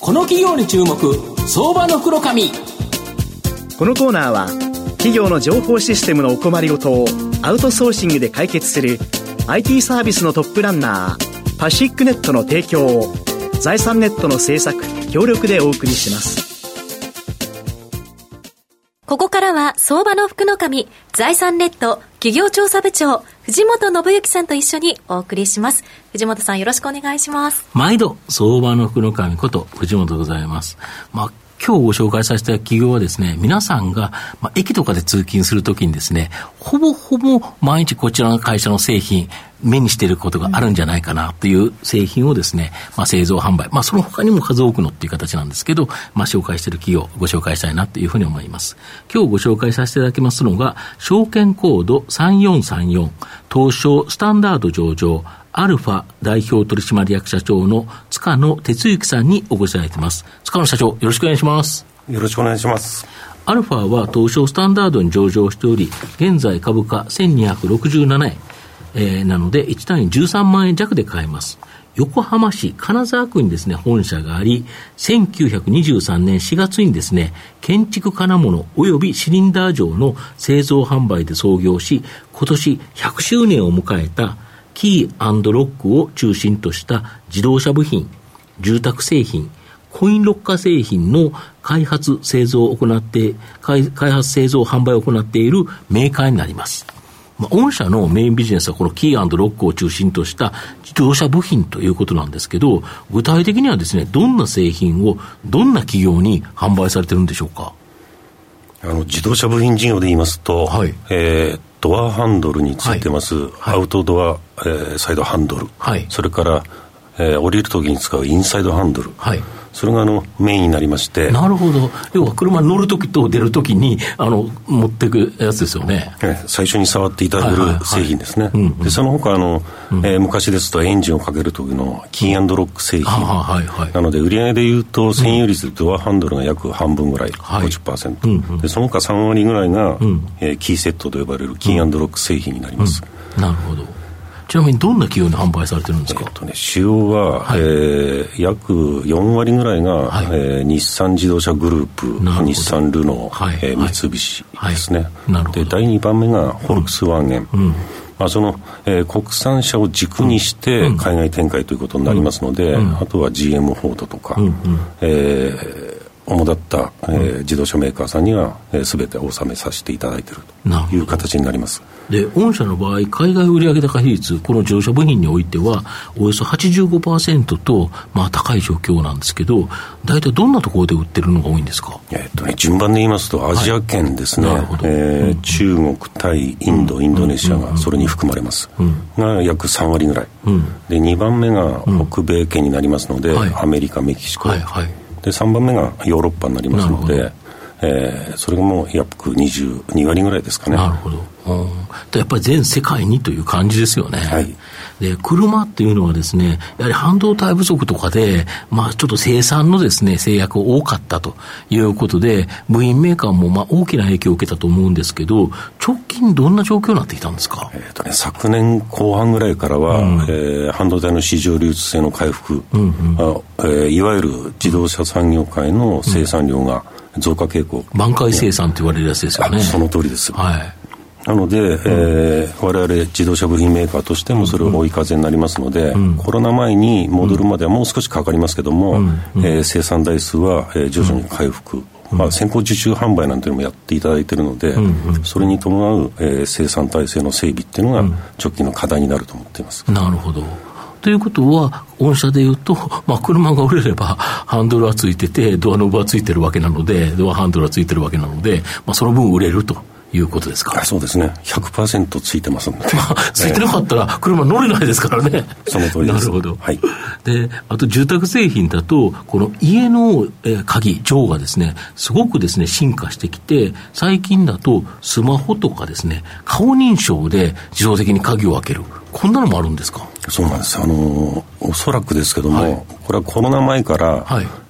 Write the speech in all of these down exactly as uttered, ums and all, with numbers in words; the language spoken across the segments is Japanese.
この企業に注目、相場の袋紙。 このコーナーは企業の情報システムのお困りごとをアウトソーシングで解決する アイティー サービスのトップランナーパシックネットの提供を財産ネットの制作協力でお送りします。 ここからは相場の福の神、財産ネット企業調査部長藤本信之さんと一緒にお送りします。藤本さん、よろしくお願いします。 毎度相場の福の神こと藤本でございます。まあ今日ご紹介させた企業はですね、皆さんが、まあ、駅とかで通勤するときにですね、ほぼほぼ毎日こちらの会社の製品目にしていることがあるんじゃないかなという製品をですね、まあ、製造販売、まあ、その他にも数多くのっていう形なんですけど、まあ、紹介している企業をご紹介したいなというふうに思います。今日ご紹介させていただきますのが、証券コードさんよんさんよん、東証スタンダード上場アルファ代表取締役社長の塚野哲之さんにお越しいただいています。塚野社長、よろしくお願いします。 よろしくお願いします。 アルファは東証スタンダードに上場しており、現在株価せんにひゃくろくじゅうななえん、えー、なのでいち単位じゅうさんまんえん弱で買えます。横浜市金沢区にですね本社があり、せんきゅうひゃくにじゅうさんねんしがつにですね建築金物及びシリンダー錠の製造販売で創業し、今年ひゃくしゅうねんを迎えたキー&ロックを中心とした自動車部品、住宅製品、コインロッカー製品の開発製造を行って開発製造販売を行っているメーカーになります。まあ、御社のメインビジネスはこのキー&ロックを中心とした自動車部品ということなんですけど、具体的にはですね、どんな製品をどんな企業に販売されてるんでしょうか。 あの自動車部品事業で言いますと、はい、えー、ドアハンドルについてます、はいはい、アウトドア、えー、サイドハンドル、はい、それから、えー、降りるときに使うインサイドハンドル、はい、それがあのメインになりまして。 なるほど。要は車に乗るときと出るときにあの持っていくやつですよね。 えー、最初に触っていただける製品ですね。でその他あの、うんえー、昔ですとエンジンをかけるときのキー&ロック製品、はいはい、なので売上でいうと占有率でドアハンドルが約半分ぐらい、はい、ごじゅっパーセント、うんうん、でその他さんわりぐらいが、うんえー、キーセットと呼ばれるキー&ロック製品になります。 うんうん、なるほど。ちなみにどんな企業に販売されてるんですか。 えーとね、主要は、はい、えー、約よんわりぐらいが、はい、えー、日産自動車グループ、日産ルノー、はいえー、三菱ですね。はいはい、でだいにばんめがフォルクスワーゲン、うんうんまあ、その、えー、国産車を軸にして海外展開ということになりますので、うんうん、あとは ジーエム フォードとか、うんうんえー主だった、えー、自動車メーカーさんには、えー、全てお納めさせていただいているという形になります。 で御社の場合、海外売上高比率、この自動車部品においてはおよそ はちじゅうごパーセント と、まあ、高い状況なんですけど、大体どんなところで売ってるのが多いんですか。 えーとね、順番で言いますとアジア圏ですね、はいえーうん、中国、タイ、インド、インドネシアがそれに含まれます、うん、が約さんわりぐらい、うん、でにばんめが北米圏になりますので、うん、アメリカ、メキシコ、はいはいでさんばんめがヨーロッパになりますので、えー、それがもう約にじゅうにわりぐらいですかね。 なるほど。やっぱり全世界にという感じですよね。はい、で車っていうのはですね、やはり半導体不足とかで、まあ、ちょっと生産のですね制約多かったということで、部品メーカーもまあ大きな影響を受けたと思うんですけど、直近どんな状況になってきたんですか。 えーとね、昨年後半ぐらいからは、うんえー、半導体の市場流通性の回復、うんうんあえー、いわゆる自動車産業界の生産量が増加傾向、 挽回生産と言われるやつですよね。 その通りです。 はいなので、うんえー、我々自動車部品メーカーとしてもそれを追い風になりますので、うん、コロナ前に戻るまではもう少しかかりますけども、うんうんえー、生産台数は、えー、徐々に回復、うんまあ、先行受注販売なんていうのもやっていただいているので、うんうん、それに伴う、えー、生産体制の整備っていうのが直近の課題になると思っています。 なるほど。ということは御社でいうと、まあ、車が売れればハンドルはついててドアノブはついてるわけなので、ドアハンドルはついてるわけなので、まあ、その分売れるということですか。 あそうですね。 ひゃくパーセント ついてますのでついてなかったら車乗れないですからね。 その通りです。 なるほど、 はい、 であと住宅製品だとこの家の、えー、鍵錠がですねすごくですね進化してきて、最近だとスマホとかですね顔認証で自動的に鍵を開ける、こんなのもあるんですか。 そうなんです。あのおそらくですけども、はい、これはコロナ前から、はい、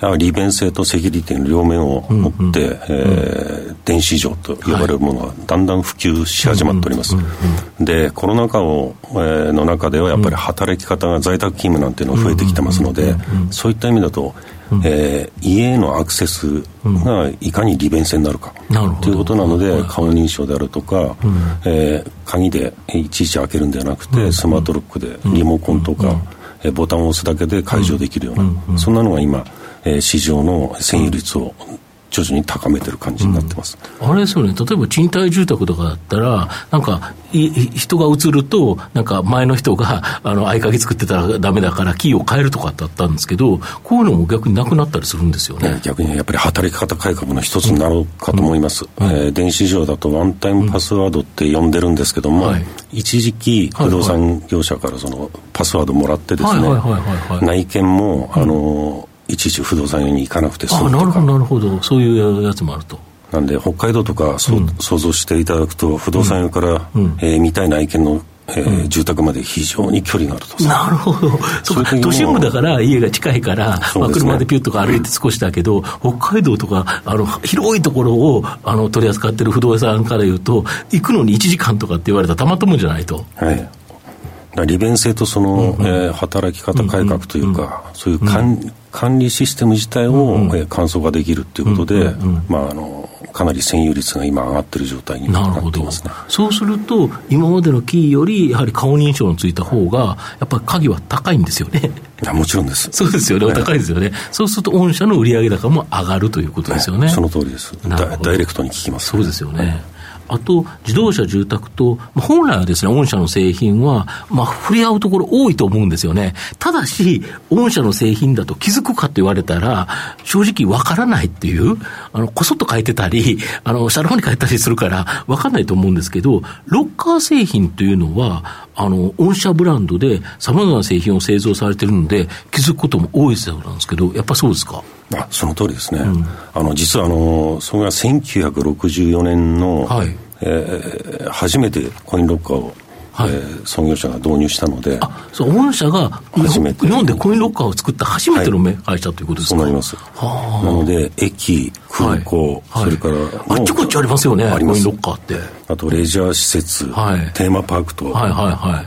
だから利便性とセキュリティの両面を持って、うんうんえー、電子市場と呼ばれるものがだんだん普及し始まっております、うんうんうん、でコロナ禍を、えー、の中ではやっぱり働き方が在宅勤務なんていうのが増えてきてますので、そういった意味だと、うんえー、家へのアクセスがいかに利便性になるか、うん、ということなので、はい、顔認証であるとか、うんえー、鍵でいちいち開けるんではなくて、うん、スマートロックでリモコンとか、うんえー、ボタンを押すだけで解除できるような、うんうん、そんなのが今、えー、市場の占有率を徐々に高めてる感じになってます、 うん、あれですよね、例えば賃貸住宅とかだったらなんかい人が移るとなんか前の人があの合鍵作ってたらダメだからキーを変えるとかだったんですけど、こういうのも逆になくなったりするんですよね。 逆にやっぱり働き方改革の一つになろうかと思います、うんうんえー、電子市場だとワンタイムパスワードって呼んでるんですけども、うんはい、一時期不動産業者からそのパスワードもらってですね、内見もあのーいちいち不動産屋に行かなくて済むとか。 あ、なるほどなるほど、そういうやつもあると。 なんで北海道とか、うん、想像していただくと不動産屋から、うんえー、見たい内見の、えーうん、住宅まで非常に距離があると。 なるほど。そうか、都心部だから家が近いから、まあ、車でピュッとか歩いて少しだけど、北海道とかあの広いところをあの取り扱ってる不動産から言うと行くのにいちじかんとかって言われたらたまったもんじゃないと。 はい。利便性とその、うんうんえー、働き方改革というか、うんうん、そういう管、うん、管理システム自体を、うんうんえー、簡素化できるということで、うんうんうんまあ、あのかなり占有率が今上がっている状態になっていますね。 そうすると今までのキーよりやはり顔認証のついた方がやっぱり鍵は高いんですよね。 いやもちろんです。 そうですよね、高いですよね。そうすると御社の売上高も上がるということですよね。 その通りです。ダ, ダイレクトに聞きます、 ね、そうですよね。あと自動車住宅と本来はですね御社の製品はまあ触れ合うところ多いと思うんですよね。ただし御社の製品だと気づくかと言われたら正直わからないっていうあのこそっと書いてたりあの下の方に書いたりするからわかんないと思うんですけど、ロッカー製品というのはあの御社ブランドで様々な製品を製造されているので気づくことも多いそうなんですけど、やっぱそうですか？ あ、その通りですね、うん、あの実はあのそれがせんきゅうひゃくろくじゅうよねんの、はいえー、初めてコインロッカーを、はいえー、創業者が導入したので、 あ、そう御社が初めて日本でコインロッカーを作った初めての会社ということですか？ はい、そうなります。はなので駅、空港、はい、それからあっちこっちありますよね、コインロッカーって。 あとレジャー施設、はい、テーマパークと、 はいはいはい、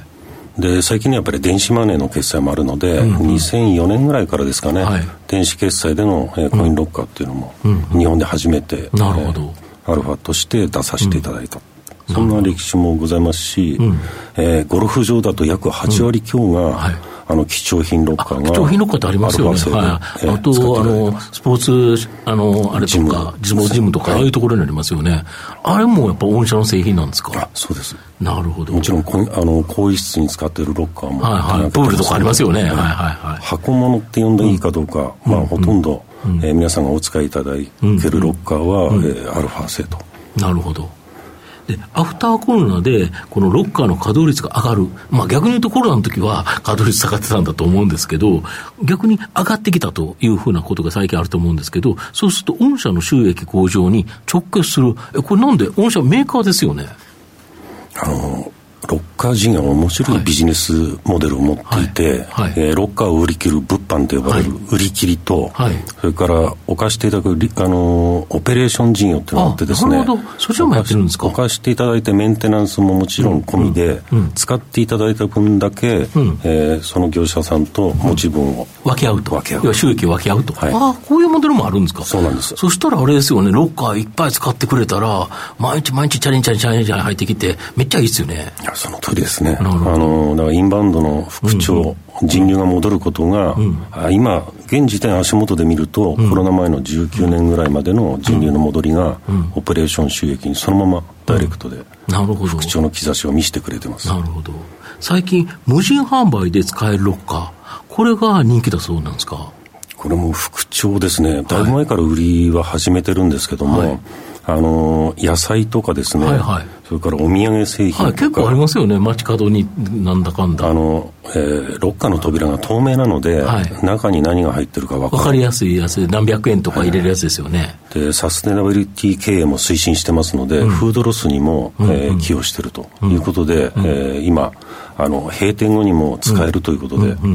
で最近はやっぱり電子マネーの決済もあるので、うんうん、にせんよねんぐらいからですかね、はい、電子決済での、えー、コインロッカーっていうのも、うんうん、日本で初めて、 なるほど、 えー、アルファとして出させていただいた、うん、そんな歴史もございますし、うんえー、ゴルフ場だと約はちわり強が、うんはい、あの貴重品ロッカーが貴重品ロッカーってありますよね、はい、あとあのスポーツあのあれとかジム、ジムとか、はい、ああいうところにありますよね。あれもやっぱ御社の製品なんですか？ あ、そうです。 なるほど。 もちろんこあの更衣室に使っているロッカーも、 はいはい、プールとかありますよね、はいはいはい、 箱物って呼んだらいいかどうか、うん、まあ、ほとんど、うんえー、皆さんがお使いいただけるロッカーは、うんえー、アルファ製と。 なるほど。でアフターコロナでこのロッカーの稼働率が上がる、まあ、逆に言うとコロナの時は稼働率下がってたんだと思うんですけど、逆に上がってきたというふうなことが最近あると思うんですけど、そうすると御社の収益向上に直結する、えこれなんで御社メーカーですよね。 あのロッカー事業は面白いビジネスモデルを持っていて、はいはいえー、ロッカーを売り切る物販と呼ばれる売り切りと、はい、それから置していただくあのオペレーション事業っていうのがあってですね、 なるほど、そちらもやってるんですか。 置していただいてメンテナンスももちろん込みで、うんうん、使っていただいた分だけ、うんえー、その業者さんと持ち分を、 うん、分け合うと、 分け合う、 要は収益を分け合うと、はい、ああこういうモデルもあるんですか。 そうなんです。 そしたらあれですよね、ロッカーいっぱい使ってくれたら毎日毎日チャレンジチャレンジチャレンジ入ってきてめっちゃいいですよね。 いやその通りですね。あのだからインバウンドの復調、うんうん、人流が戻ることが、うん、あ今現時点足元で見ると、うん、コロナ前のじゅうきゅうねんぐらいまでの人流の戻りが、うん、オペレーション収益にそのままダイレクトで復調の兆しを見せてくれてます。 なるほど。最近無人販売で使えるロッカー、これが人気だそうなんですか。 これも復調ですね。だいぶ前から売りは始めてるんですけども、はい、あの野菜とかですね、はいはい、それからお土産製品とか、はい、 結構ありますよね。街角になんだかんだあの、えー、ロッカーの扉が透明なので、はい、中に何が入ってるか分かる、 分かりやすいやつ、何百円とか入れるやつですよね、 はい、でサステナビリティ経営も推進してますので、うん、フードロスにも、えーうん、寄与しているということで、うんえー、今あの閉店後にも使えるということで、うんうんうん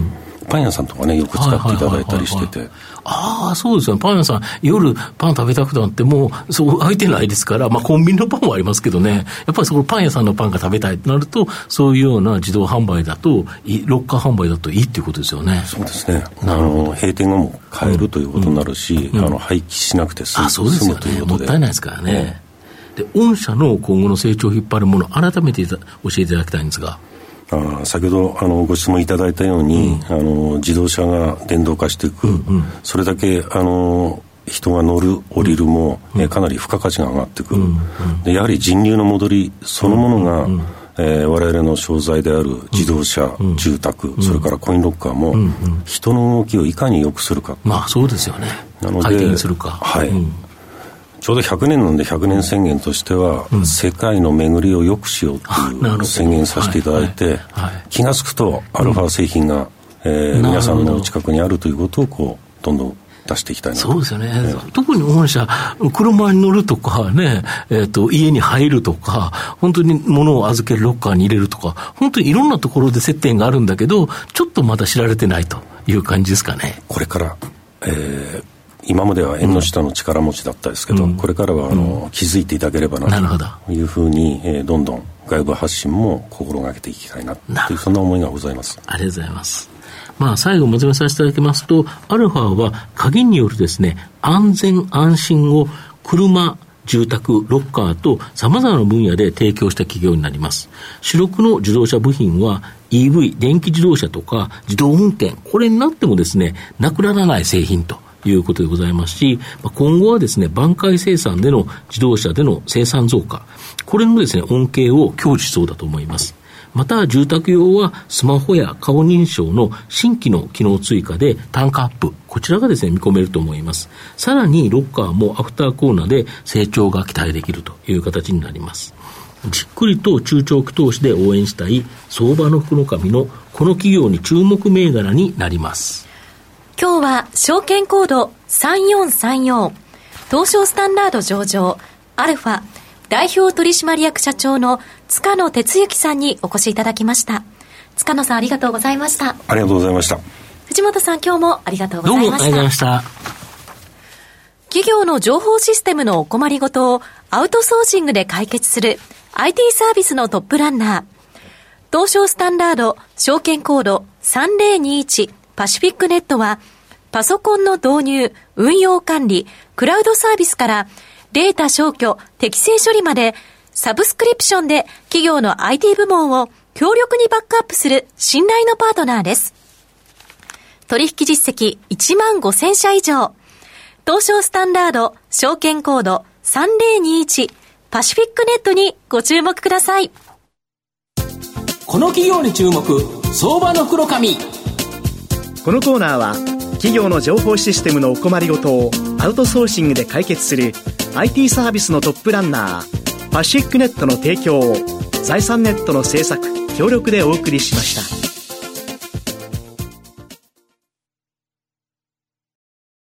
パン屋さんとかねよく使っていただいたりしてて、 ああそうですよね。パン屋さん夜パン食べたくなってもうそう空いてないですから、まあ、コンビニのパンもありますけどね、やっぱりそこパン屋さんのパンが食べたいとなるとそういうような自動販売だとロッカー販売だといいっていうことですよね。 そうですね。あの閉店後も買えるということになるし、うんうん、あの廃棄しなくて済む、 あそうですよね、 ということでもったいないですからね、うん、で御社の今後の成長を引っ張るもの改めて教えていただきたいんですが、 あ先ほどあのご質問いただいたように、うん、あの自動車が電動化していく、うんうん、それだけあの人が乗る降りるも、うんね、かなり付加価値が上がってくる、うんうん、でやはり人流の戻りそのものが、うんうんえー、我々の商材である自動車、うん、住宅、うん、それからコインロッカーも、うんうん、人の動きをいかに良くするか、 まあそうですよね。なので回転するか、 はい、うん、ちょうどひゃくねんなんでひゃくねん宣言としては、うん、世界の巡りを良くしようという宣言させていただいて、はいはいはい、気がつくとアルファ製品が、うんえー、皆さんの近くにあるということをこうどんどん出していきたいなと。 そうですよね、えー、特に御社車に乗るとかね、えーと、家に入るとか本当に物を預けるロッカーに入れるとか本当にいろんなところで接点があるんだけどちょっとまだ知られてないという感じですかね。 これから、えー、今までは縁の下の力持ちだったですけど、うん、これからはあの、うん、気づいていただければなというふうに、えー、どんどん外部発信も心がけていきたいなというそんな思いがございます。 ありがとうございます。まあ、最後まとめさせていただきますと、アルファは鍵によるですね、安全安心を車、住宅、ロッカーと様々な分野で提供した企業になります。主力の自動車部品は イーブイ、電気自動車とか自動運転、これになってもですね、なくならない製品ということでございますし、今後はですね、挽回生産での自動車での生産増加、これのですね、恩恵を享受しそうだと思います。また住宅用はスマホや顔認証の新規の機能追加で単価アップ、こちらがですね見込めると思います。さらにロッカーもアフターコーナーで成長が期待できるという形になります。じっくりと中長期投資で応援したい相場の福の神のこの企業に注目銘柄になります。 今日は証券コードさんよんさんよん東証スタンダード上場アルファ代表取締役社長の塚野哲之さんにお越しいただきました。塚野さんありがとうございました。 ありがとうございました。 藤本さん今日もありがとうございました。 どうもありがとうございました。 企業の情報システムのお困りごとをアウトソーシングで解決する アイティー サービスのトップランナー東証スタンダード証券コードさんぜろにいちパシフィックネットはパソコンの導入、運用管理、クラウドサービスからデータ消去、適正処理までサブスクリプションで企業の アイティー 部門を強力にバックアップする信頼のパートナーです。取引実績いちまんごせんしゃ以上。東証スタンダード証券コードさんぜろにいちパシフィックネットにご注目ください。 この企業に注目、相場の福の神。 このコーナーは企業の情報システムのお困りごとをアウトソーシングで解決する アイティー サービスのトップランナーパシフィックネットの提供を財産ネットの制作協力でお送りしました。